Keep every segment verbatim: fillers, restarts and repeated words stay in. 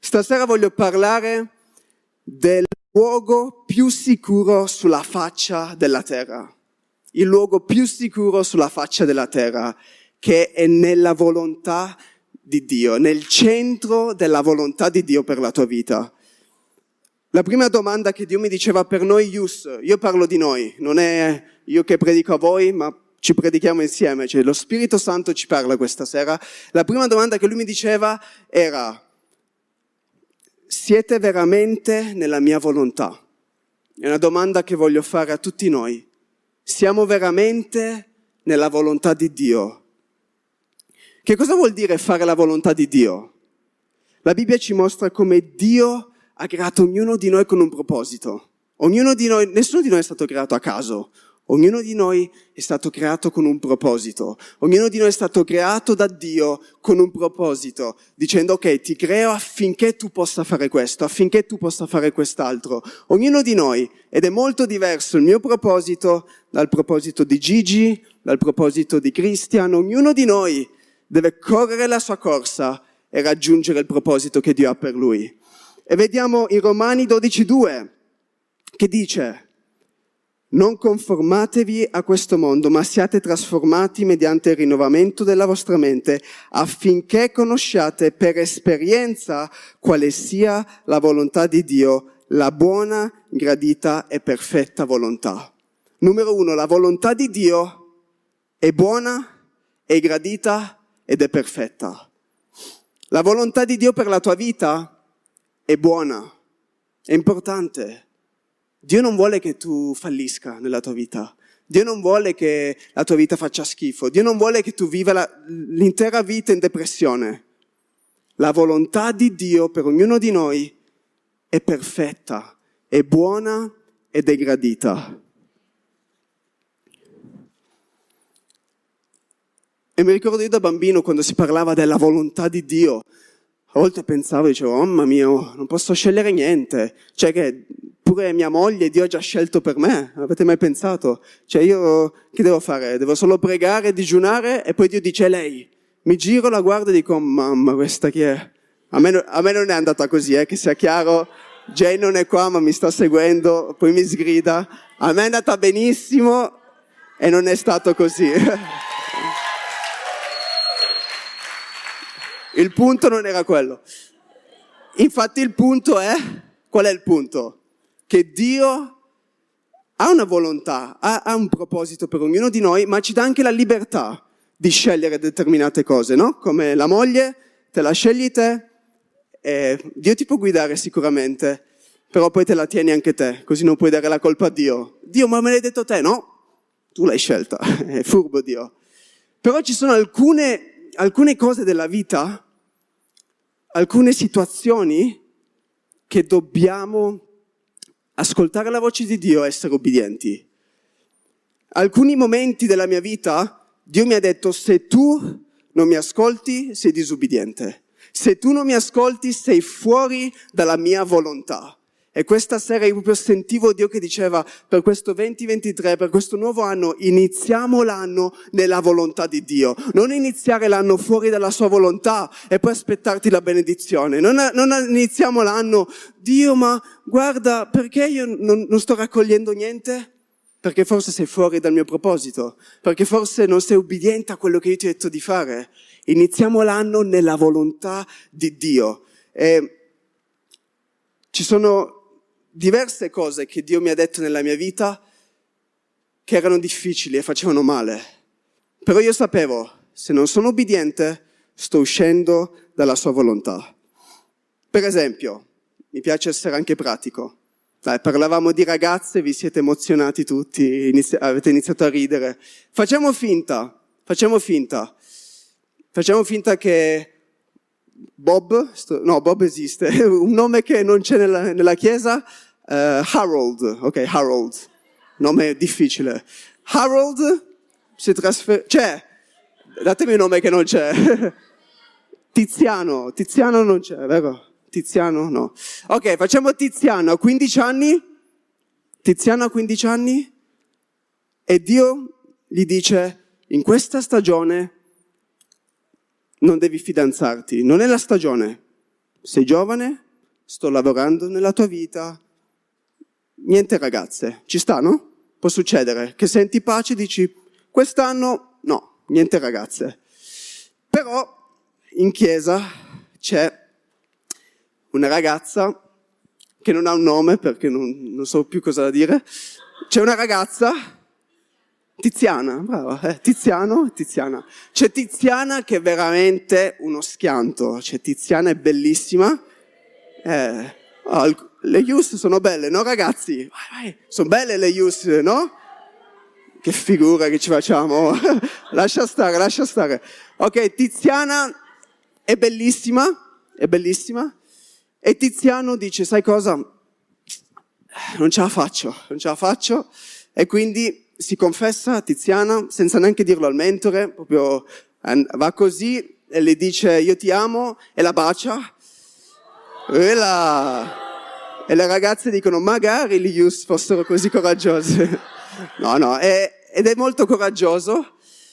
Stasera voglio parlare del luogo più sicuro sulla faccia della terra. Il luogo più sicuro sulla faccia della terra, che è nella volontà di Dio, nel centro della volontà di Dio per la tua vita. La prima domanda che Dio mi diceva per noi Ius, io parlo di noi, non è io che predico a voi, ma ci predichiamo insieme, cioè lo Spirito Santo ci parla questa sera. La prima domanda che Lui mi diceva era: siete veramente nella mia volontà? È una domanda che voglio fare a tutti noi. Siamo veramente nella volontà di Dio? Che cosa vuol dire fare la volontà di Dio? La Bibbia ci mostra come Dio ha creato ognuno di noi con un proposito. Ognuno di noi, nessuno di noi è stato creato a caso. Ognuno di noi è stato creato con un proposito. Ognuno di noi è stato creato da Dio con un proposito, dicendo: ok, ti creo affinché tu possa fare questo, affinché tu possa fare quest'altro. Ognuno di noi, ed è molto diverso il mio proposito dal proposito di Gigi, dal proposito di Christian. Ognuno di noi deve correre la sua corsa e raggiungere il proposito che Dio ha per lui. E vediamo in Romani dodici due che dice: non conformatevi a questo mondo, ma siate trasformati mediante il rinnovamento della vostra mente, affinché conosciate per esperienza quale sia la volontà di Dio, la buona, gradita e perfetta volontà. Numero uno, la volontà di Dio è buona, è gradita ed è perfetta. La volontà di Dio per la tua vita è buona, è importante. Dio non vuole che tu fallisca nella tua vita. Dio non vuole che la tua vita faccia schifo. Dio non vuole che tu viva la, l'intera vita in depressione. La volontà di Dio per ognuno di noi è perfetta, è buona ed è gradita. E mi ricordo io da bambino, quando si parlava della volontà di Dio, a volte pensavo, dicevo: oh, mamma mia, non posso scegliere niente. Cioè che pure mia moglie Dio ha già scelto per me. Avete mai pensato? Cioè io che devo fare? Devo solo pregare, digiunare e poi Dio dice lei. Mi giro, la guardo e dico: mamma, questa chi è? A me, a me non è andata così, eh, che sia chiaro. Jay non è qua ma mi sta seguendo, poi mi sgrida. A me è andata benissimo e non è stato così. Il punto non era quello. Infatti il punto è, qual è il punto? Che Dio ha una volontà, ha, ha un proposito per ognuno di noi, ma ci dà anche la libertà di scegliere determinate cose, no? Come la moglie, te la scegli te, e Dio ti può guidare sicuramente, però poi te la tieni anche te, così non puoi dare la colpa a Dio. Dio, ma me l'hai detto te? No, tu l'hai scelta, è furbo Dio. Però ci sono alcune, alcune cose della vita, alcune situazioni che dobbiamo ascoltare la voce di Dio e essere obbedienti. Alcuni momenti della mia vita Dio mi ha detto: se tu non mi ascolti sei disubbidiente, se tu non mi ascolti sei fuori dalla mia volontà. E questa sera io proprio sentivo Dio che diceva: per questo venti ventitré, per questo nuovo anno, iniziamo l'anno nella volontà di Dio. Non iniziare l'anno fuori dalla sua volontà e poi aspettarti la benedizione. Non, non iniziamo l'anno: Dio, ma guarda, perché io non, non sto raccogliendo niente? Perché forse sei fuori dal mio proposito. Perché forse non sei ubbidiente a quello che io ti ho detto di fare. Iniziamo l'anno nella volontà di Dio. E ci sono diverse cose che Dio mi ha detto nella mia vita che erano difficili e facevano male. Però io sapevo, se non sono ubbidiente, sto uscendo dalla sua volontà. Per esempio, mi piace essere anche pratico. Dai, parlavamo di ragazze, vi siete emozionati tutti, inizi- avete iniziato a ridere. Facciamo finta, facciamo finta. Facciamo finta che Bob, sto, no, Bob esiste, un nome che non c'è nella, nella chiesa, uh, Harold, ok, Harold, nome difficile. Harold si trasferisce, c'è, datemi un nome che non c'è. Tiziano, Tiziano non c'è, vero? Tiziano no. Ok, facciamo Tiziano, ha quindici anni, Tiziano ha quindici anni e Dio gli dice: in questa stagione non devi fidanzarti, non è la stagione. sei giovane, sto lavorando nella tua vita, niente ragazze, ci sta, no? Può succedere che senti pace e dici, quest'anno no, niente ragazze. Però in chiesa c'è una ragazza che non ha un nome perché non, non so più cosa dire. C'è una ragazza, Tiziana, brava, eh, Tiziano, Tiziana. C'è Tiziana che è veramente uno schianto, c'è Tiziana è bellissima. Eh, oh, le youth sono belle, no ragazzi? Vai, vai. Sono belle le youth, no? Che figura che ci facciamo. Lascia stare, lascia stare. Ok, Tiziana è bellissima, è bellissima. E Tiziano dice, sai cosa? Non ce la faccio, non ce la faccio. E quindi si confessa a Tiziana, senza neanche dirlo al mentore, proprio va così e le dice, io ti amo, e la bacia. E, la... e le ragazze dicono, magari gli youth fossero così coraggiose. No, no, è... ed è molto coraggioso.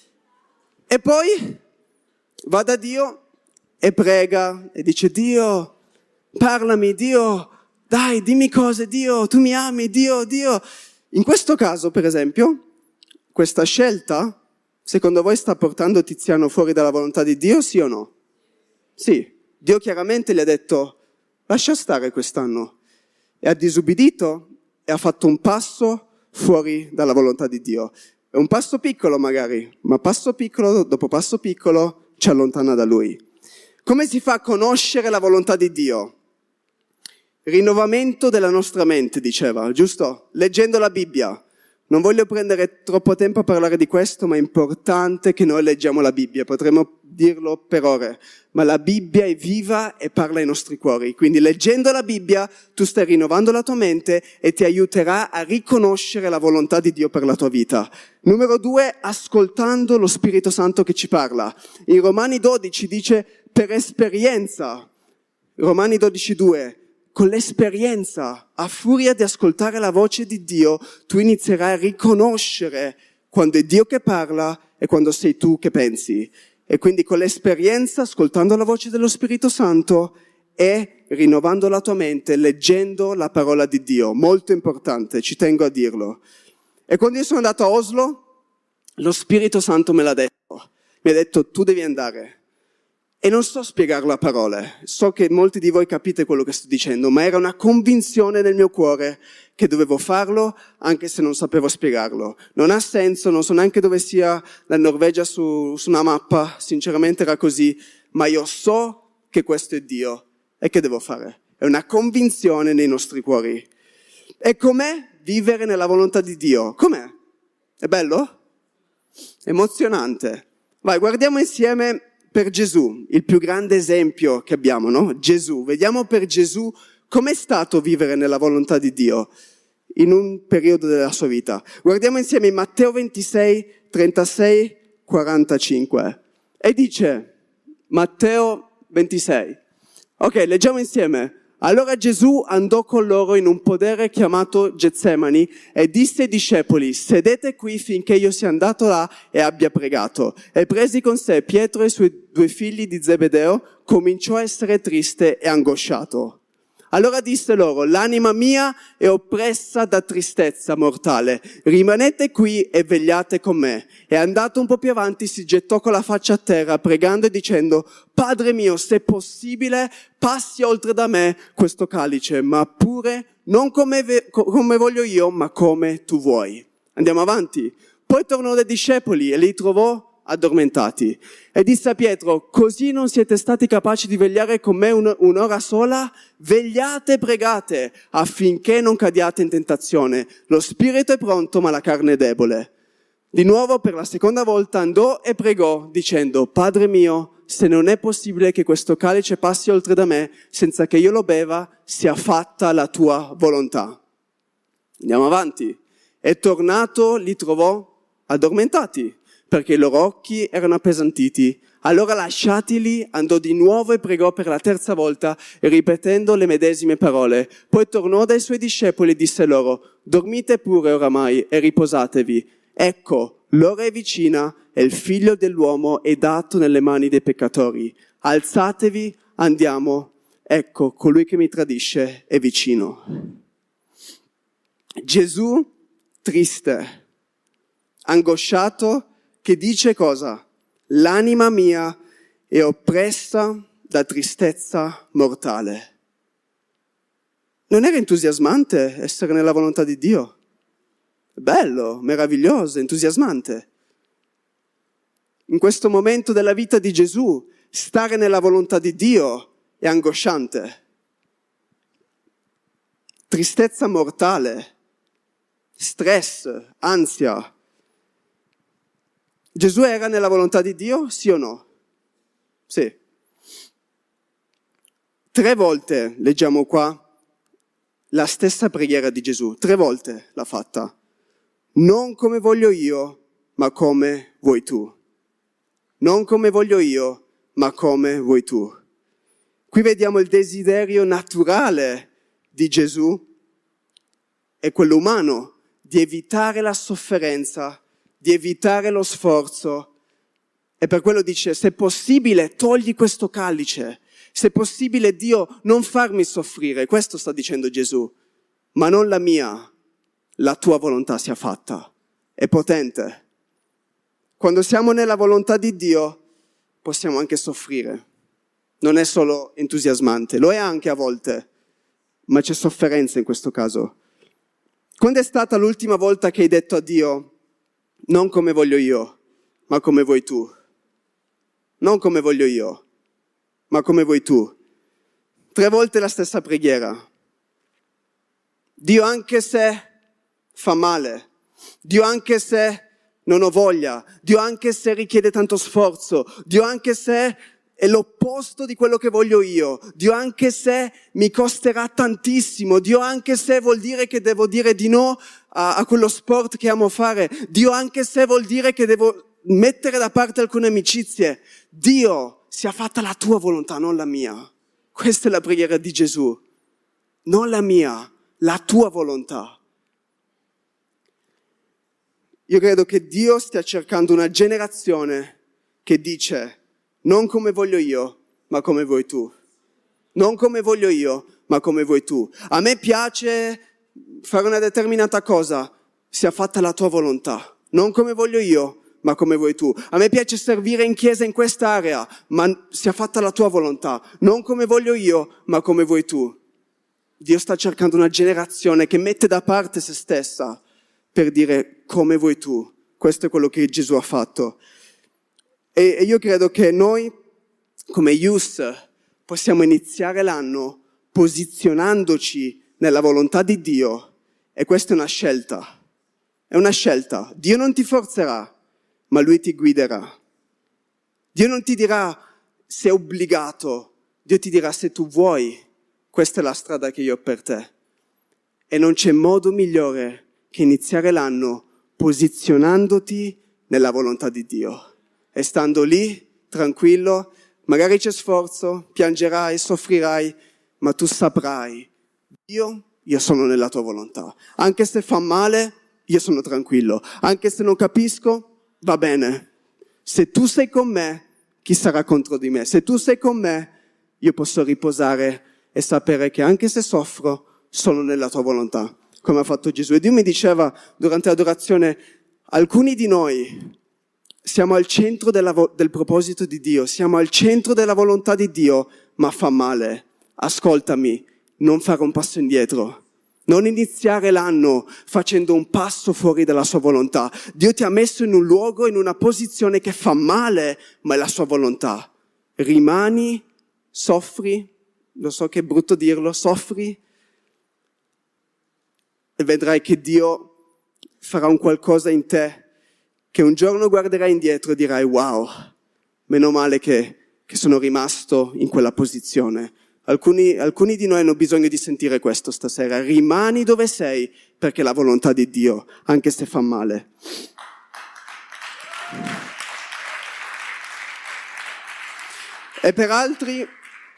E poi va da Dio e prega e dice, Dio, parlami, Dio, dai, dimmi cose, Dio, tu mi ami, Dio, Dio. In questo caso, per esempio, questa scelta, secondo voi sta portando Tiziano fuori dalla volontà di Dio, sì o no? Sì. Dio chiaramente gli ha detto, lascia stare quest'anno. E ha disubbidito e ha fatto un passo fuori dalla volontà di Dio. È un passo piccolo magari, ma passo piccolo dopo passo piccolo ci allontana da Lui. Come si fa a conoscere la volontà di Dio? Rinnovamento della nostra mente, diceva, giusto? Leggendo la Bibbia. Non voglio prendere troppo tempo a parlare di questo, ma è importante che noi leggiamo la Bibbia. Potremmo dirlo per ore, ma la Bibbia è viva e parla ai nostri cuori. Quindi leggendo la Bibbia tu stai rinnovando la tua mente e ti aiuterà a riconoscere la volontà di Dio per la tua vita. Numero due, ascoltando lo Spirito Santo che ci parla. In Romani dodici dice per esperienza. Romani dodici due. Con l'esperienza, a furia di ascoltare la voce di Dio, tu inizierai a riconoscere quando è Dio che parla e quando sei tu che pensi. E quindi con l'esperienza, ascoltando la voce dello Spirito Santo e rinnovando la tua mente, leggendo la parola di Dio. Molto importante, ci tengo a dirlo. E quando io sono andato a Oslo, lo Spirito Santo me l'ha detto. Mi ha detto, tu devi andare. E non so spiegarlo a parole, so che molti di voi capite quello che sto dicendo, ma era una convinzione nel mio cuore che dovevo farlo anche se non sapevo spiegarlo. Non ha senso, non so neanche dove sia la Norvegia su, su una mappa, sinceramente era così, ma io so che questo è Dio e che devo fare. È una convinzione nei nostri cuori. E com'è vivere nella volontà di Dio? Com'è? È bello? Emozionante. Vai, guardiamo insieme per Gesù, il più grande esempio che abbiamo, no? Gesù. Vediamo per Gesù com'è stato vivere nella volontà di Dio in un periodo della sua vita. Guardiamo insieme in Matteo ventisei, trentasei, quarantacinque. E dice, Matteo ventisei. Ok, leggiamo insieme. Allora Gesù andò con loro in un podere chiamato Getsemani e disse ai discepoli, sedete qui finché io sia andato là e abbia pregato. E presi con sé Pietro e i suoi due figli di Zebedeo, cominciò a essere triste e angosciato. Allora disse loro, l'anima mia è oppressa da tristezza mortale, rimanete qui e vegliate con me. E andato un po' più avanti si gettò con la faccia a terra, pregando e dicendo, Padre mio, se possibile, passi oltre da me questo calice, ma pure non come, ve- come voglio io, ma come tu vuoi. Andiamo avanti. Poi tornò dai discepoli e li trovò addormentati. E disse a Pietro, così non siete stati capaci di vegliare con me un, un'ora sola? Vegliate e pregate affinché non cadiate in tentazione. Lo spirito è pronto, ma la carne è debole. Di nuovo, per la seconda volta, andò e pregò, dicendo, Padre mio, se non è possibile che questo calice passi oltre da me, senza che io lo beva, sia fatta la tua volontà. Andiamo avanti. E tornato li trovò addormentati, perché i loro occhi erano appesantiti. Allora lasciatili, andò di nuovo e pregò per la terza volta, ripetendo le medesime parole. Poi tornò dai suoi discepoli e disse loro, dormite pure oramai e riposatevi. Ecco, l'ora è vicina e il figlio dell'uomo è dato nelle mani dei peccatori. Alzatevi, andiamo, ecco, colui che mi tradisce è vicino. Gesù, triste, angosciato, che dice cosa? L'anima mia è oppressa da tristezza mortale. Non era entusiasmante essere nella volontà di Dio? Bello, meraviglioso, entusiasmante. In questo momento della vita di Gesù, stare nella volontà di Dio è angosciante. Tristezza mortale, stress, ansia. Gesù era nella volontà di Dio, sì o no? Sì. Tre volte leggiamo qua la stessa preghiera di Gesù, tre volte l'ha fatta. Non come voglio io, ma come vuoi tu. Non come voglio io, ma come vuoi tu. Qui vediamo il desiderio naturale di Gesù e quello umano di evitare la sofferenza, di evitare lo sforzo. E per quello dice, se possibile, togli questo calice. Se possibile, Dio, non farmi soffrire. Questo sta dicendo Gesù. Ma non la mia, la tua volontà sia fatta. È potente. Quando siamo nella volontà di Dio, possiamo anche soffrire. Non è solo entusiasmante, lo è anche a volte, ma c'è sofferenza in questo caso. Quando è stata l'ultima volta che hai detto a Dio, non come voglio io, ma come vuoi tu? Non come voglio io, ma come vuoi tu? Tre volte la stessa preghiera. Dio, anche se fa male, Dio, anche se non ho voglia, Dio, anche se richiede tanto sforzo, Dio, anche se è l'opposto di quello che voglio io, Dio, anche se mi costerà tantissimo, Dio, anche se vuol dire che devo dire di no a, a quello sport che amo fare, Dio, anche se vuol dire che devo mettere da parte alcune amicizie, Dio, sia fatta la tua volontà, non la mia. Questa è la preghiera di Gesù. Non la mia, la tua volontà. Io credo che Dio stia cercando una generazione che dice, non come voglio io, ma come vuoi tu. Non come voglio io, ma come vuoi tu. A me piace fare una determinata cosa, sia fatta la tua volontà. Non come voglio io, ma come vuoi tu. A me piace servire in chiesa in quest'area, ma sia fatta la tua volontà. Non come voglio io, ma come vuoi tu. Dio sta cercando una generazione che mette da parte se stessa per dire come vuoi tu. Questo è quello che Gesù ha fatto. E, e io credo che noi, come Youth, possiamo iniziare l'anno posizionandoci nella volontà di Dio. E questa è una scelta. È una scelta. Dio non ti forzerà, ma Lui ti guiderà. Dio non ti dirà sei obbligato. Dio ti dirà se tu vuoi, questa è la strada che io ho per te. E non c'è modo migliore che iniziare l'anno posizionandoti nella volontà di Dio. E stando lì, tranquillo, magari c'è sforzo, piangerai, soffrirai, ma tu saprai, Dio, io sono nella tua volontà. Anche se fa male, io sono tranquillo. Anche se non capisco, va bene. Se tu sei con me, chi sarà contro di me? Se tu sei con me, io posso riposare e sapere che anche se soffro, sono nella tua volontà, come ha fatto Gesù. E Dio mi diceva durante l'adorazione, alcuni di noi siamo al centro della vo- del proposito di Dio, siamo al centro della volontà di Dio, ma fa male. Ascoltami, non fare un passo indietro. Non iniziare l'anno facendo un passo fuori dalla sua volontà. Dio ti ha messo in un luogo, in una posizione che fa male, ma è la sua volontà. Rimani, soffri, lo so che è brutto dirlo, soffri, e vedrai che Dio farà un qualcosa in te, che un giorno guarderai indietro e dirai, wow, meno male che, che sono rimasto in quella posizione. Alcuni, alcuni di noi hanno bisogno di sentire questo stasera. Rimani dove sei, perché è la volontà di Dio, anche se fa male. E per altri,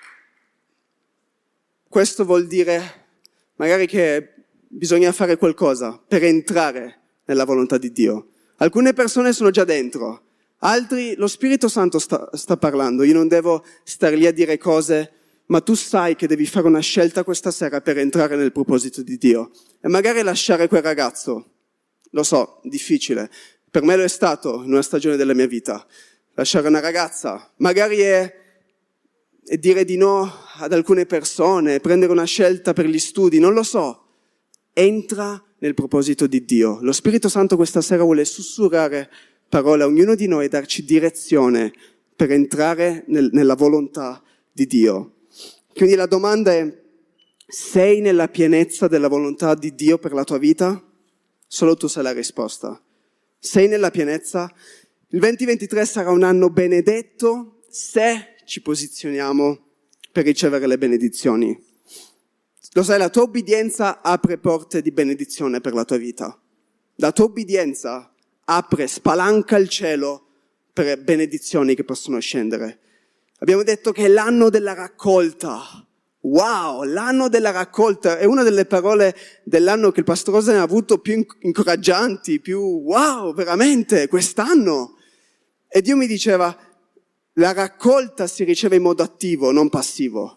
questo vuol dire magari che bisogna fare qualcosa per entrare nella volontà di Dio. Alcune persone sono già dentro, altri lo Spirito Santo sta, sta parlando. Io non devo star lì a dire cose ma tu sai che devi fare una scelta questa sera per entrare nel proposito di Dio. E magari lasciare quel ragazzo. Lo so, difficile. Per me lo è stato in una stagione della mia vita. Lasciare una ragazza. Magari è, è dire di no ad alcune persone, prendere una scelta per gli studi, non lo so. Entra nel proposito di Dio. Lo Spirito Santo questa sera vuole sussurrare parole a ognuno di noi e darci direzione per entrare nel, nella volontà di Dio. Quindi la domanda è: sei nella pienezza della volontà di Dio per la tua vita? Solo tu sai la risposta. Sei nella pienezza? Il duemilaventitré sarà un anno benedetto se ci posizioniamo per ricevere le benedizioni. Lo sai, la tua obbedienza apre porte di benedizione per la tua vita. La tua obbedienza apre, spalanca il cielo per benedizioni che possono scendere. Abbiamo detto che è l'anno della raccolta. Wow, l'anno della raccolta è una delle parole dell'anno che il pastore Osen ha avuto più incoraggianti, più wow, veramente, quest'anno. E Dio mi diceva, la raccolta si riceve in modo attivo, non passivo.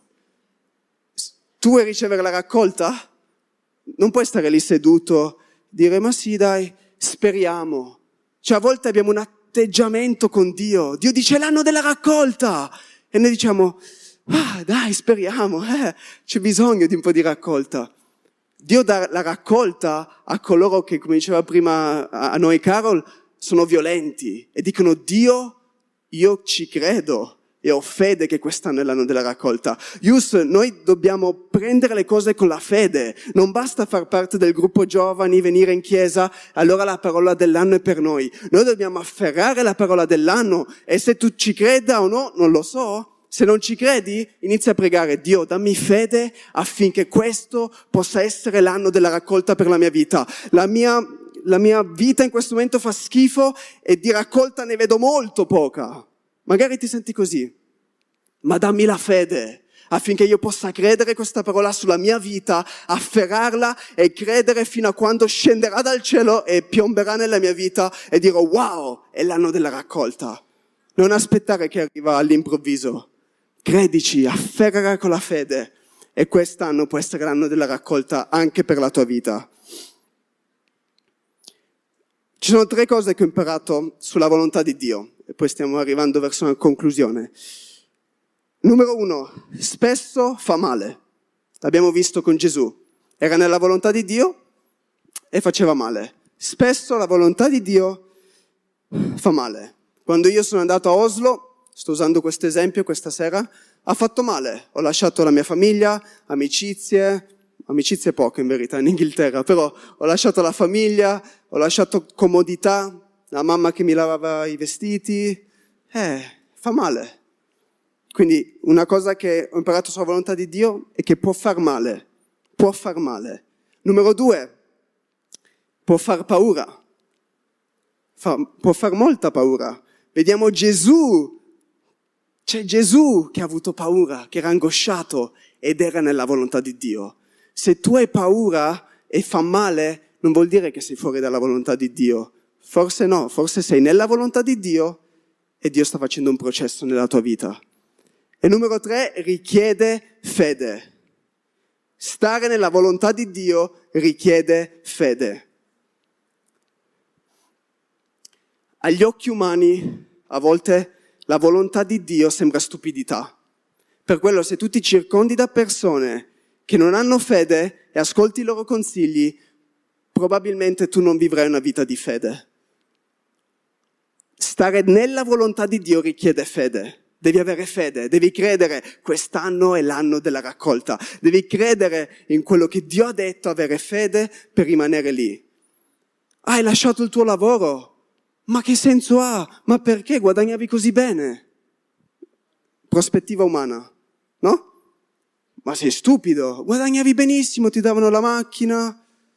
Tu vuoi ricevere la raccolta? Non puoi stare lì seduto, dire, ma sì dai, speriamo. Cioè a volte abbiamo un atteggiamento con Dio. Dio dice, è l'anno della raccolta. E noi diciamo, ah, dai, speriamo, eh, c'è bisogno di un po' di raccolta. Dio dà la raccolta a coloro che, come diceva prima a noi Carol, sono violenti e dicono, Dio, io ci credo e ho fede che quest'anno è l'anno della raccolta. Yus, noi dobbiamo prendere le cose con la fede. Non basta far parte del gruppo giovani, venire in chiesa, allora la parola dell'anno è per noi. Noi dobbiamo afferrare la parola dell'anno e se tu ci creda o no, non lo so. Se non ci credi, inizia a pregare, Dio, dammi fede affinché questo possa essere l'anno della raccolta per la mia vita. La mia, la mia vita in questo momento fa schifo e di raccolta ne vedo molto poca. Magari ti senti così, ma dammi la fede affinché io possa credere questa parola sulla mia vita, afferrarla e credere fino a quando scenderà dal cielo e piomberà nella mia vita e dirò, wow, è l'anno della raccolta. Non aspettare che arriva all'improvviso. Credici, afferrala con la fede e quest'anno può essere l'anno della raccolta anche per la tua vita. Ci sono tre cose che ho imparato sulla volontà di Dio e poi stiamo arrivando verso una conclusione. Numero uno, spesso fa male. L'abbiamo visto con Gesù. Era nella volontà di Dio e faceva male. Spesso la volontà di Dio fa male. Quando io sono andato a Oslo, sto usando questo esempio questa sera, ha fatto male. Ho lasciato la mia famiglia, amicizie, amicizie poche in verità in Inghilterra, però ho lasciato la famiglia, ho lasciato comodità, la mamma che mi lavava i vestiti, eh, fa male. Quindi una cosa che ho imparato sulla volontà di Dio è che può far male, può far male. Numero due, può far paura, fa, può far molta paura. Vediamo Gesù, c'è Gesù che ha avuto paura, che era angosciato ed era nella volontà di Dio. Se tu hai paura e fa male, non vuol dire che sei fuori dalla volontà di Dio. Forse no, forse sei nella volontà di Dio e Dio sta facendo un processo nella tua vita. E numero tre, richiede fede. Stare nella volontà di Dio richiede fede. Agli occhi umani, a volte, la volontà di Dio sembra stupidità. Per quello, se tu ti circondi da persone che non hanno fede e ascolti i loro consigli, probabilmente tu non vivrai una vita di fede. Stare nella volontà di Dio richiede fede. Devi avere fede, devi credere, quest'anno è l'anno della raccolta. Devi credere in quello che Dio ha detto, avere fede per rimanere lì. Hai lasciato il tuo lavoro? Ma che senso ha? Ma perché guadagnavi così bene? Prospettiva umana, no? Ma sei stupido, guadagnavi benissimo, ti davano la macchina.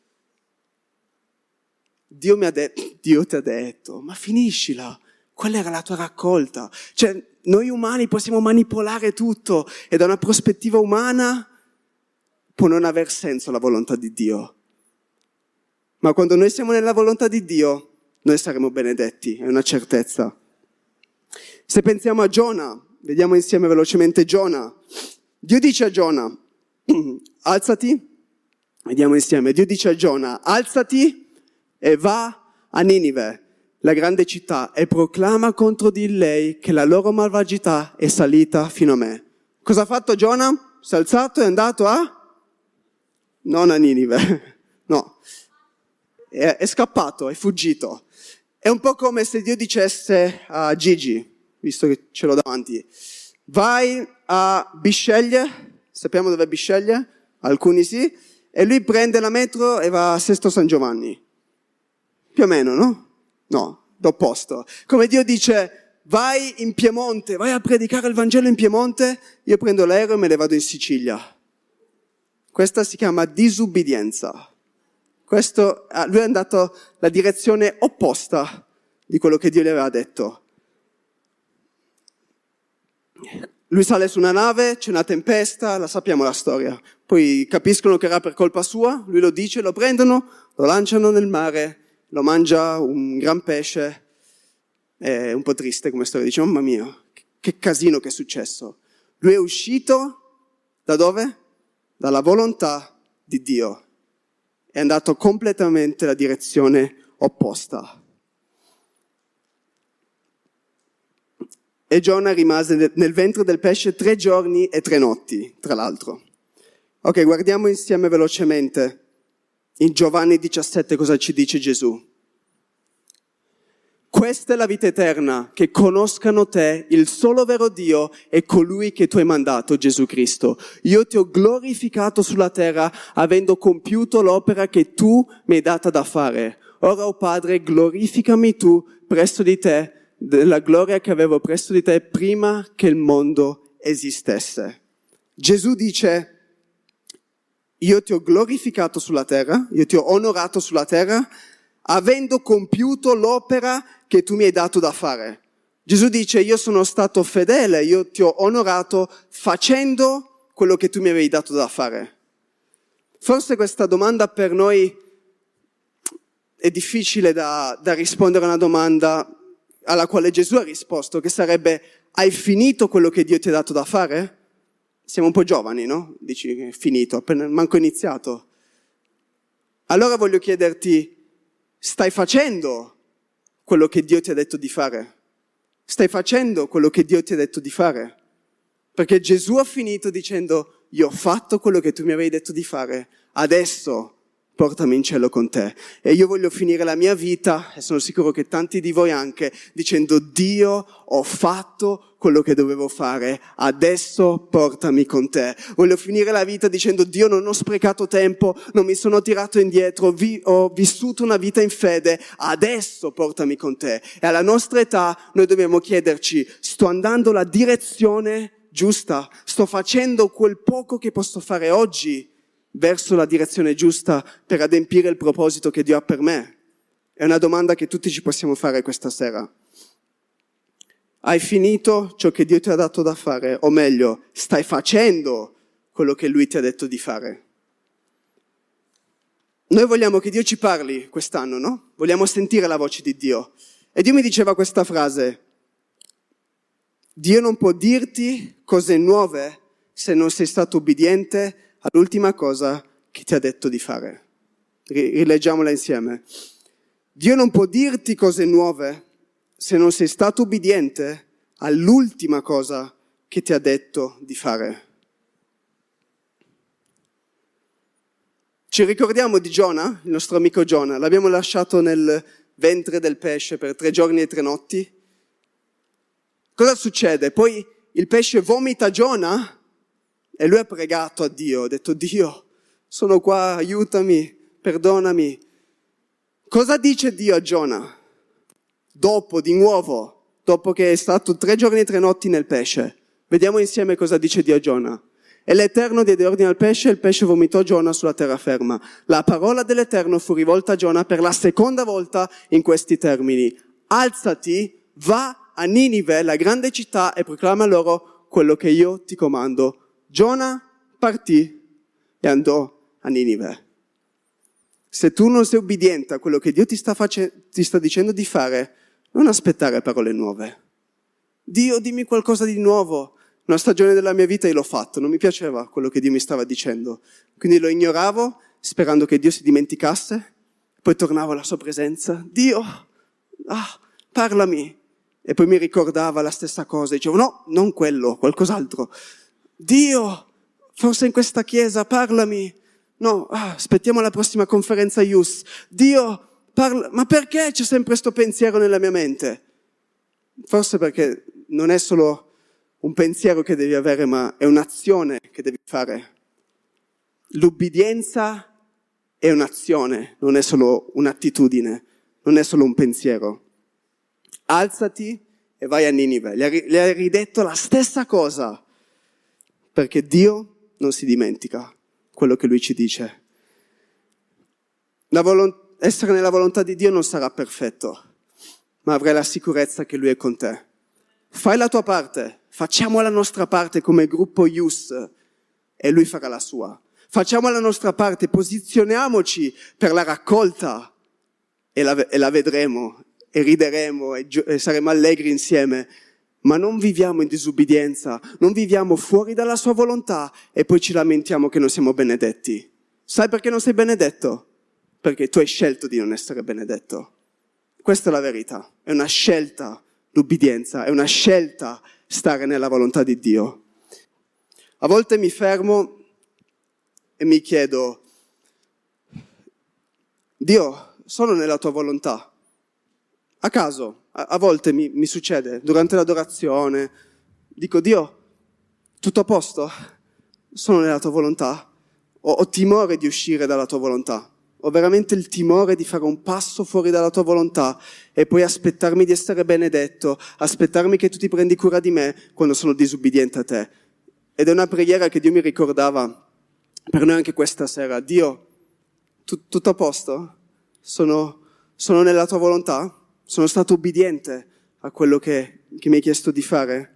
Dio mi ha detto, Dio ti ha detto, ma finiscila, quella era la tua raccolta. Cioè, noi umani possiamo manipolare tutto e da una prospettiva umana può non aver senso la volontà di Dio. Ma quando noi siamo nella volontà di Dio, noi saremo benedetti, è una certezza. Se pensiamo a Giona, vediamo insieme velocemente Giona. Dio dice a Giona, alzati, vediamo insieme, Dio dice a Giona, alzati e va a Ninive, la grande città, e proclama contro di lei che la loro malvagità è salita fino a me. Cosa ha fatto Giona? Si è alzato e è andato a? Non a Ninive, no. È, è scappato, è fuggito. È un po' come se Dio dicesse a Gigi, visto che ce l'ho davanti, vai a Bisceglie, sappiamo dove è Bisceglie? Alcuni sì, e lui prende la metro e va a Sesto San Giovanni. Più o meno, no? No, d'opposto. Come Dio dice, vai in Piemonte, vai a predicare il Vangelo in Piemonte, io prendo l'aereo e me ne vado in Sicilia. Questa si chiama disubbidienza. Questo, lui è andato la direzione opposta di quello che Dio gli aveva detto. Lui sale su una nave, c'è una tempesta, la sappiamo la storia. Poi capiscono che era per colpa sua, lui lo dice, lo prendono, lo lanciano nel mare, lo mangia un gran pesce. È un po' triste come storia, dice, mamma mia, che casino che è successo. Lui è uscito da dove? Dalla volontà di Dio. È andato completamente la direzione opposta. E Giona rimase nel ventre del pesce tre giorni e tre notti, tra l'altro. Ok, guardiamo insieme velocemente in Giovanni diciassette cosa ci dice Gesù. Questa è la vita eterna, che conoscano te, il solo vero Dio, e colui che tu hai mandato, Gesù Cristo. Io ti ho glorificato sulla terra, avendo compiuto l'opera che tu mi hai data da fare. Ora, o Padre, glorificami tu presso di te, della gloria che avevo presso di te prima che il mondo esistesse. Gesù dice, io ti ho glorificato sulla terra, io ti ho onorato sulla terra, avendo compiuto l'opera che tu mi hai dato da fare. Gesù dice, io sono stato fedele, io ti ho onorato facendo quello che tu mi avevi dato da fare. Forse questa domanda per noi è difficile da, da rispondere a una domanda alla quale Gesù ha risposto, che sarebbe, hai finito quello che Dio ti ha dato da fare? Siamo un po' giovani, no? Dici, è finito, appena manco iniziato. Allora voglio chiederti, stai facendo quello che Dio ti ha detto di fare? Stai facendo quello che Dio ti ha detto di fare? Perché Gesù ha finito dicendo, io ho fatto quello che tu mi avevi detto di fare, adesso portami in cielo con te. E io voglio finire la mia vita, e sono sicuro che tanti di voi anche, dicendo, Dio, ho fatto quello che dovevo fare, adesso portami con te. Voglio finire la vita dicendo, Dio, non ho sprecato tempo, non mi sono tirato indietro, vi, ho vissuto una vita in fede, adesso portami con te. E alla nostra età noi dobbiamo chiederci, sto andando la direzione giusta? Sto facendo quel poco che posso fare oggi verso la direzione giusta per adempiere il proposito che Dio ha per me? È una domanda che tutti ci possiamo fare questa sera. Hai finito ciò che Dio ti ha dato da fare? O meglio, stai facendo quello che Lui ti ha detto di fare? Noi vogliamo che Dio ci parli quest'anno, no? Vogliamo sentire la voce di Dio. E Dio mi diceva questa frase, Dio non può dirti cose nuove se non sei stato ubbidiente all'ultima cosa che ti ha detto di fare. Rileggiamola insieme. Dio non può dirti cose nuove se non sei stato ubbidiente all'ultima cosa che ti ha detto di fare. Ci ricordiamo di Giona, il nostro amico Giona? L'abbiamo lasciato nel ventre del pesce per tre giorni e tre notti. Cosa succede? Poi il pesce vomita Giona e lui ha pregato a Dio, ha detto, Dio, sono qua, aiutami, perdonami. Cosa dice Dio a Giona? Dopo, di nuovo, dopo che è stato tre giorni e tre notti nel pesce. Vediamo insieme cosa dice Dio a Giona. E l'Eterno diede ordine al pesce e il pesce vomitò Giona sulla terraferma. La parola dell'Eterno fu rivolta a Giona per la seconda volta in questi termini. Alzati, va a Ninive, la grande città, e proclama loro quello che io ti comando. Giona partì e andò a Ninive. Se tu non sei ubbidiente a quello che Dio ti sta, face- ti sta dicendo di fare, non aspettare parole nuove. Dio, dimmi qualcosa di nuovo. Una stagione della mia vita io l'ho fatto, non mi piaceva quello che Dio mi stava dicendo. Quindi lo ignoravo, sperando che Dio si dimenticasse, poi tornavo alla sua presenza. Dio, ah, parlami. E poi mi ricordava la stessa cosa, dicevo no, non quello, qualcos'altro. Dio, forse in questa chiesa, parlami. No, ah, aspettiamo la prossima conferenza Youth. Dio, parla, ma perché c'è sempre questo pensiero nella mia mente? Forse perché non è solo un pensiero che devi avere, ma è un'azione che devi fare. L'ubbidienza è un'azione, non è solo un'attitudine, non è solo un pensiero. Alzati e vai a Ninive. Le ha, le ha ridetto la stessa cosa, perché Dio non si dimentica quello che Lui ci dice. La volont- essere nella volontà di Dio non sarà perfetto, ma avrai la sicurezza che Lui è con te. Fai la tua parte, facciamo la nostra parte come gruppo Youth e Lui farà la sua. Facciamo la nostra parte, posizioniamoci per la raccolta e la, e la vedremo e rideremo e, gio- e saremo allegri insieme. Ma non viviamo in disubbidienza, non viviamo fuori dalla sua volontà e poi ci lamentiamo che non siamo benedetti. Sai perché non sei benedetto? Perché tu hai scelto di non essere benedetto. Questa è la verità, è una scelta. L'ubbidienza è una scelta, stare nella volontà di Dio. A volte mi fermo e mi chiedo, Dio, sono nella tua volontà? A caso, a, a volte mi, mi succede, durante l'adorazione, dico, Dio, tutto a posto? Sono nella tua volontà? Ho, ho timore di uscire dalla tua volontà. Ho veramente il timore di fare un passo fuori dalla tua volontà e poi aspettarmi di essere benedetto, aspettarmi che tu ti prendi cura di me quando sono disubbidiente a te. Ed è una preghiera che Dio mi ricordava per noi anche questa sera. Dio, tu, tutto a posto? Sono, sono nella tua volontà? Sono stato ubbidiente a quello che, che mi hai chiesto di fare?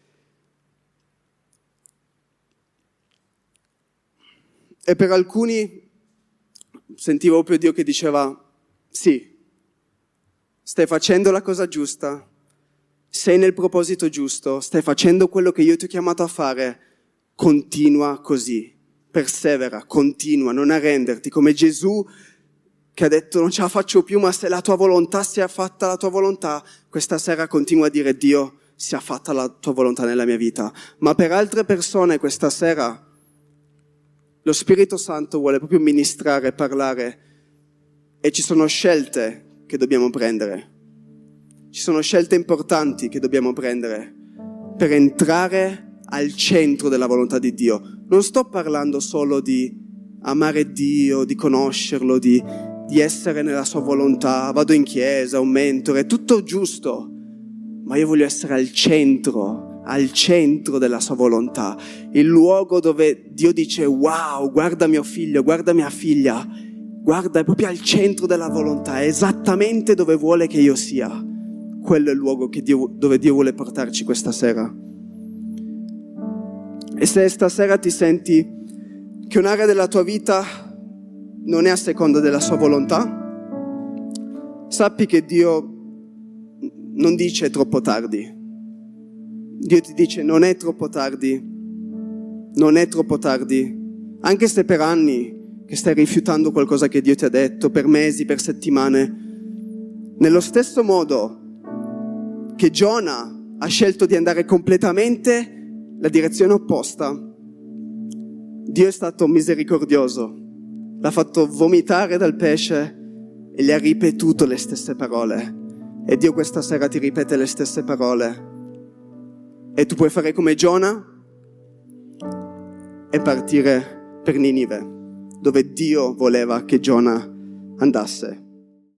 E per alcuni sentivo proprio Dio che diceva, sì, stai facendo la cosa giusta, sei nel proposito giusto, stai facendo quello che io ti ho chiamato a fare, continua così, persevera, continua, non arrenderti, come Gesù che ha detto non ce la faccio più, ma se la tua volontà sia fatta la tua volontà, questa sera continua a dire Dio, sia fatta la tua volontà nella mia vita. Ma per altre persone questa sera lo Spirito Santo vuole proprio ministrare, parlare, e ci sono scelte che dobbiamo prendere. Ci sono scelte importanti che dobbiamo prendere per entrare al centro della volontà di Dio. Non sto parlando solo di amare Dio, di conoscerlo, di, di essere nella sua volontà. Vado in chiesa, un mentore, è tutto giusto, ma io voglio essere al centro al centro della sua volontà, il luogo dove Dio dice wow, guarda mio figlio, guarda mia figlia, guarda, è proprio al centro della volontà, è esattamente dove vuole che io sia. Quello è il luogo che Dio, dove Dio vuole portarci questa sera. E se stasera ti senti che un'area della tua vita non è a seconda della sua volontà, sappi che Dio non dice troppo tardi. Dio ti dice non è troppo tardi, non è troppo tardi, anche se per anni che stai rifiutando qualcosa che Dio ti ha detto, per mesi, per settimane. Nello stesso modo che Giona ha scelto di andare completamente la direzione opposta, Dio è stato misericordioso, l'ha fatto vomitare dal pesce e gli ha ripetuto le stesse parole. E Dio questa sera ti ripete le stesse parole. E tu puoi fare come Giona e partire per Ninive, dove Dio voleva che Giona andasse.